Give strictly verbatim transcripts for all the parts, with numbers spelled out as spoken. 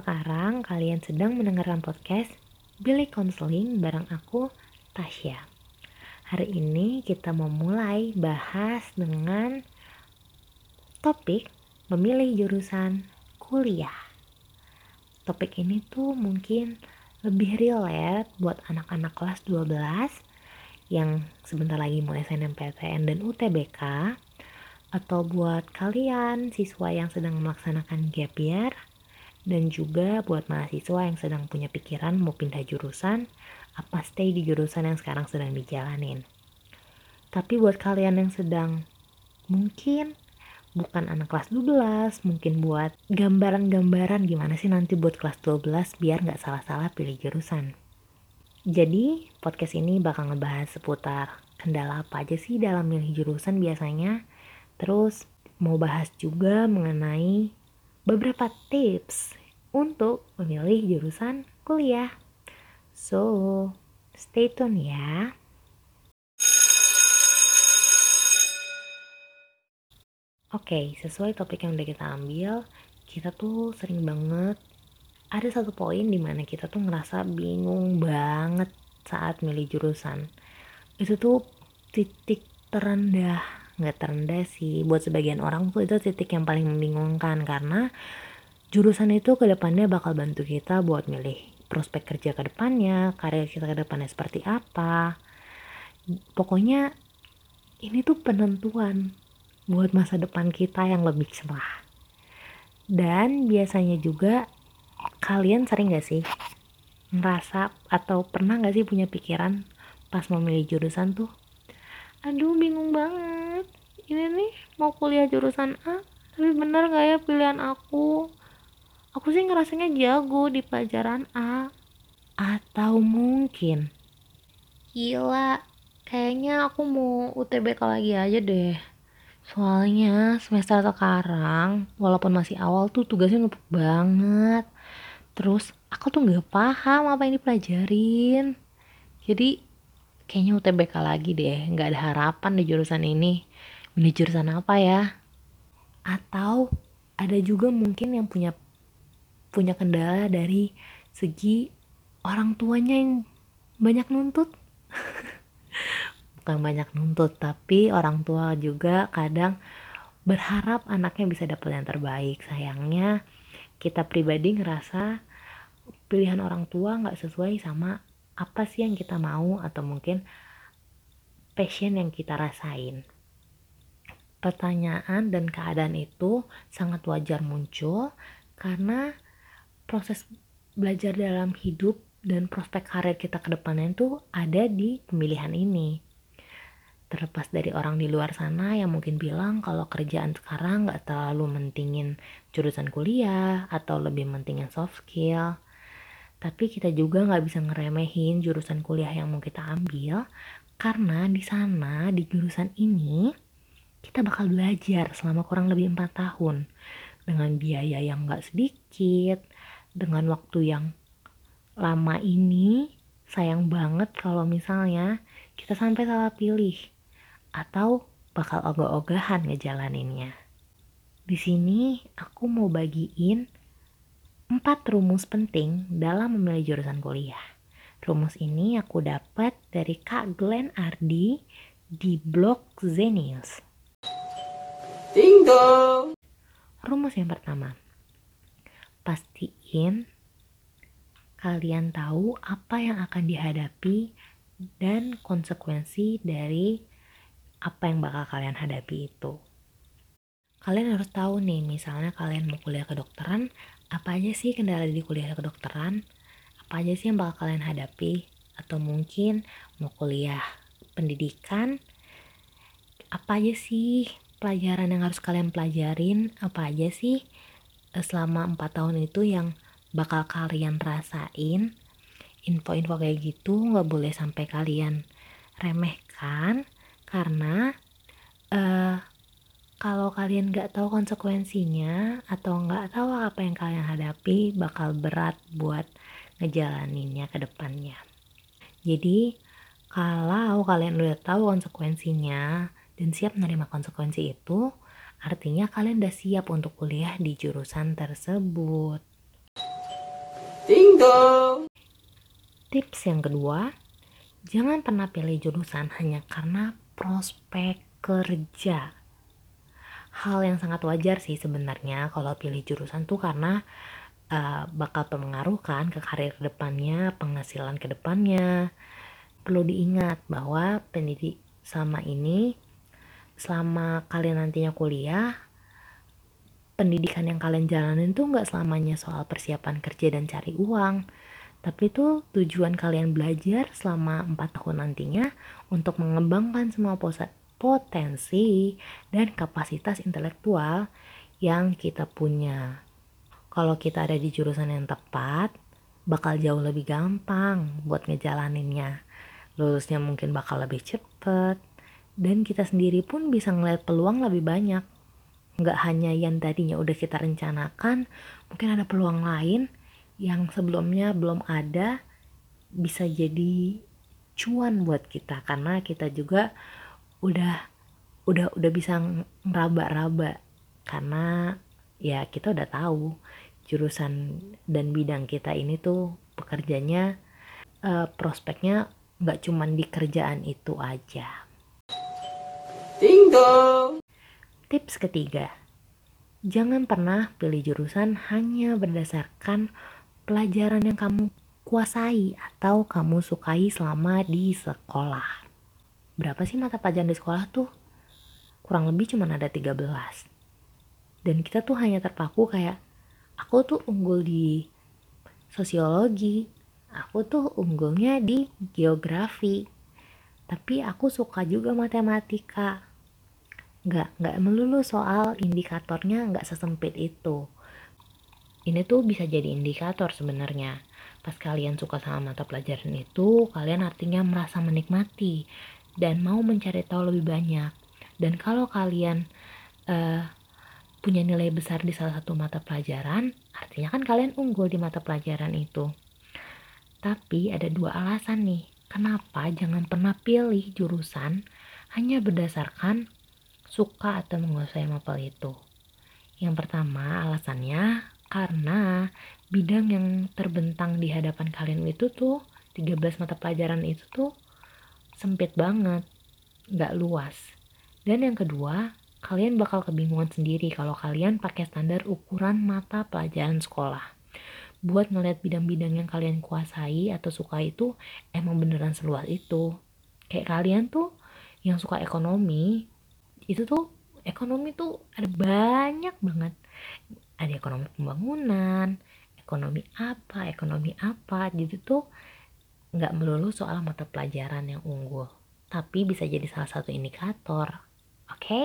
Sekarang kalian sedang mendengarkan podcast Billy Counseling bareng aku, Tasya. Hari ini kita mau mulai bahas dengan topik memilih jurusan kuliah. Topik ini tuh mungkin lebih relate buat anak-anak kelas dua belas yang sebentar lagi mau S N M P T N dan U T B K, atau buat kalian siswa yang sedang melaksanakan gap year, dan juga buat mahasiswa yang sedang punya pikiran mau pindah jurusan, apa stay di jurusan yang sekarang sedang dijalanin. Tapi buat kalian yang sedang mungkin bukan anak kelas dua belas, mungkin buat gambaran-gambaran gimana sih nanti buat kelas dua belas biar gak salah-salah pilih jurusan. Jadi podcast ini bakal ngebahas seputar kendala apa aja sih dalam milih jurusan biasanya. Terus mau bahas juga mengenai beberapa tips untuk memilih jurusan kuliah. So, stay tune ya. Oke, sesuai topik yang udah kita ambil, kita tuh sering banget ada satu poin dimana kita tuh ngerasa bingung banget saat milih jurusan. Itu tuh titik terendah, nggak terendah sih, buat sebagian orang tuh itu titik yang paling membingungkan, karena jurusan itu kedepannya bakal bantu kita buat milih prospek kerja ke depannya, karir kita ke depannya seperti apa. Pokoknya ini tuh penentuan buat masa depan kita yang lebih cerah. Dan biasanya juga kalian sering gak sih ngerasa atau pernah gak sih punya pikiran pas mau milih jurusan tuh, aduh bingung banget, ini nih mau kuliah jurusan A, tapi bener gak ya pilihan aku? Aku sih ngerasanya jago di pelajaran A. Atau mungkin, gila, kayaknya aku mau U T B K lagi aja deh. Soalnya semester sekarang, walaupun masih awal tuh tugasnya numpuk banget. Terus aku tuh gak paham apa yang dipelajarin. Jadi kayaknya U T B K lagi deh, gak ada harapan di jurusan ini. Milih jurusan apa ya? Atau ada juga mungkin yang punya punya kendala dari segi orang tuanya yang banyak nuntut. Bukan banyak nuntut, tapi orang tua juga kadang berharap anaknya bisa dapat yang terbaik. Sayangnya kita pribadi ngerasa pilihan orang tua gak sesuai sama apa sih yang kita mau atau mungkin passion yang kita rasain. Pertanyaan dan keadaan itu sangat wajar muncul karena proses belajar dalam hidup dan prospek karir kita ke depannya itu ada di pemilihan ini. Terlepas dari orang di luar sana yang mungkin bilang kalau kerjaan sekarang gak terlalu mentingin jurusan kuliah atau lebih mentingin soft skill. Tapi kita juga gak bisa ngeremehin jurusan kuliah yang mau kita ambil, karena di sana, di jurusan ini, kita bakal belajar selama kurang lebih empat tahun. Dengan biaya yang gak sedikit, dengan waktu yang lama ini, sayang banget kalau misalnya kita sampai salah pilih atau bakal ogah-ogahan ngejalaninnya. Di sini aku mau bagiin empat rumus penting dalam memilih jurusan kuliah. Rumus ini aku dapat dari Kak Glenn Ardi di blog Zenius. Ding dong. Rumus yang pertama, pastiin kalian tahu apa yang akan dihadapi dan konsekuensi dari apa yang bakal kalian hadapi itu. Kalian harus tahu nih, misalnya kalian mau kuliah kedokteran, apa aja sih kendala di kuliah kedokteran? Apa aja sih yang bakal kalian hadapi? Atau mungkin mau kuliah pendidikan, apa aja sih pelajaran yang harus kalian pelajarin? Apa aja sih selama empat tahun itu yang bakal kalian rasain? Info-info kayak gitu gak boleh sampai kalian remehkan, karena uh, kalau kalian gak tahu konsekuensinya atau gak tahu apa yang kalian hadapi, bakal berat buat ngejalaninnya ke depannya. Jadi kalau kalian udah tahu konsekuensinya dan siap menerima konsekuensi itu, artinya kalian udah siap untuk kuliah di jurusan tersebut. Ding dong. Tips yang kedua, jangan pernah pilih jurusan hanya karena prospek kerja. Hal yang sangat wajar sih sebenarnya kalau pilih jurusan tuh karena uh, bakal berpengaruh kan ke karir kedepannya, penghasilan kedepannya. Perlu diingat bahwa pendidik selama ini, selama kalian nantinya kuliah, pendidikan yang kalian jalanin tuh nggak selamanya soal persiapan kerja dan cari uang. Tapi itu tujuan kalian belajar selama empat tahun nantinya untuk mengembangkan semua potensi dan kapasitas intelektual yang kita punya. Kalau kita ada di jurusan yang tepat, bakal jauh lebih gampang buat ngejalaninnya. Lulusnya mungkin bakal lebih cepet, dan kita sendiri pun bisa ngeliat peluang lebih banyak. Nggak hanya yang tadinya udah kita rencanakan, mungkin ada peluang lain yang sebelumnya belum ada, bisa jadi cuan buat kita karena kita juga udah udah udah bisa ngeraba-raba karena ya kita udah tahu jurusan dan bidang kita ini tuh pekerjanya uh, prospeknya nggak cuman di kerjaan itu aja. Ding dong. Tips ketiga, jangan pernah pilih jurusan hanya berdasarkan pelajaran yang kamu kuasai atau kamu sukai selama di sekolah. Berapa sih mata pelajaran di sekolah tuh? Kurang lebih cuma ada tiga belas. Dan kita tuh hanya terpaku kayak, aku tuh unggul di sosiologi, aku tuh unggulnya di geografi, tapi aku suka juga matematika. Nggak, nggak melulu soal indikatornya nggak sesempit itu. Ini tuh bisa jadi indikator sebenarnya. Pas kalian suka sama mata pelajaran itu, kalian artinya merasa menikmati dan mau mencari tahu lebih banyak. Dan kalau kalian uh, punya nilai besar di salah satu mata pelajaran, artinya kan kalian unggul di mata pelajaran itu. Tapi ada dua alasan nih, kenapa jangan pernah pilih jurusan hanya berdasarkan suka atau menguasai mapel itu. Yang pertama alasannya karena bidang yang terbentang di hadapan kalian itu tuh tiga belas mata pelajaran itu tuh sempit banget, gak luas. Dan yang kedua, kalian bakal kebingungan sendiri kalau kalian pakai standar ukuran mata pelajaran sekolah. Buat ngeliat bidang-bidang yang kalian kuasai atau suka itu emang beneran seluas itu. Kayak kalian tuh yang suka ekonomi, itu tuh ekonomi tuh ada banyak banget. Ada ekonomi pembangunan, ekonomi apa, ekonomi apa, jadi tuh nggak melulu soal mata pelajaran yang unggul, tapi bisa jadi salah satu indikator. Oke? Okay?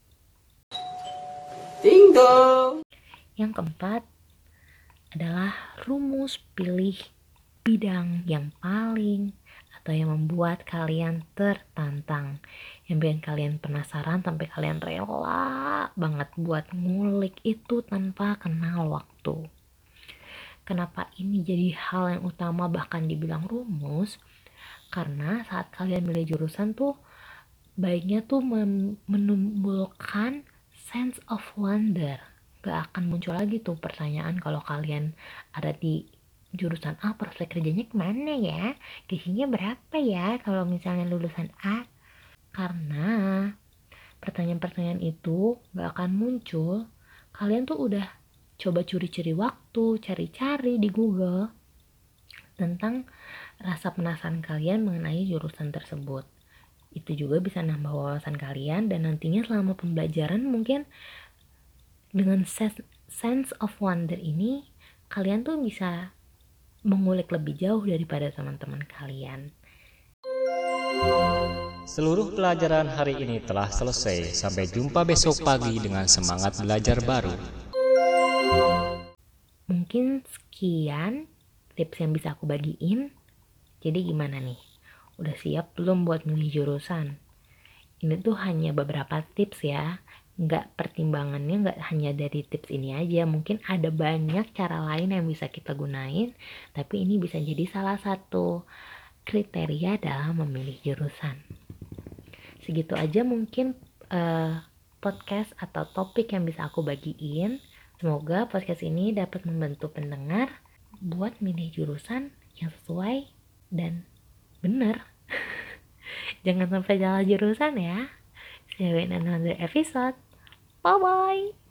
Ding dong. Yang keempat adalah rumus pilih bidang yang paling atau yang membuat kalian tertantang, yang bikin kalian penasaran sampai kalian rela banget buat ngulik itu tanpa kenal waktu. Kenapa ini jadi hal yang utama bahkan dibilang rumus? Karena saat kalian milih jurusan tuh baiknya tuh menimbulkan sense of wonder. Gak akan muncul lagi tuh pertanyaan kalau kalian ada di jurusan A, prospek kerjanya kemana ya? Gajinya berapa ya kalau misalnya lulusan A? Karena pertanyaan-pertanyaan itu gak akan muncul. Kalian tuh udah coba curi-curi waktu, cari-cari di Google tentang rasa penasaran kalian mengenai jurusan tersebut. Itu juga bisa nambah wawasan kalian dan nantinya selama pembelajaran mungkin dengan sense of wonder ini kalian tuh bisa mengulik lebih jauh daripada teman-teman kalian. Seluruh pelajaran hari ini telah selesai. Sampai jumpa besok pagi dengan semangat belajar baru. Mungkin sekian tips yang bisa aku bagiin. Jadi gimana nih? Udah siap belum buat milih jurusan? Ini tuh hanya beberapa tips ya. Nggak pertimbangannya nggak hanya dari tips ini aja, mungkin ada banyak cara lain yang bisa kita gunain, tapi ini bisa jadi salah satu kriteria dalam memilih jurusan. Segitu aja mungkin uh, podcast atau topik yang bisa aku bagiin. Semoga podcast ini dapat membantu pendengar buat milih jurusan yang sesuai dan bener. Jangan sampai salah jurusan ya. See you in another episode. Bye bye.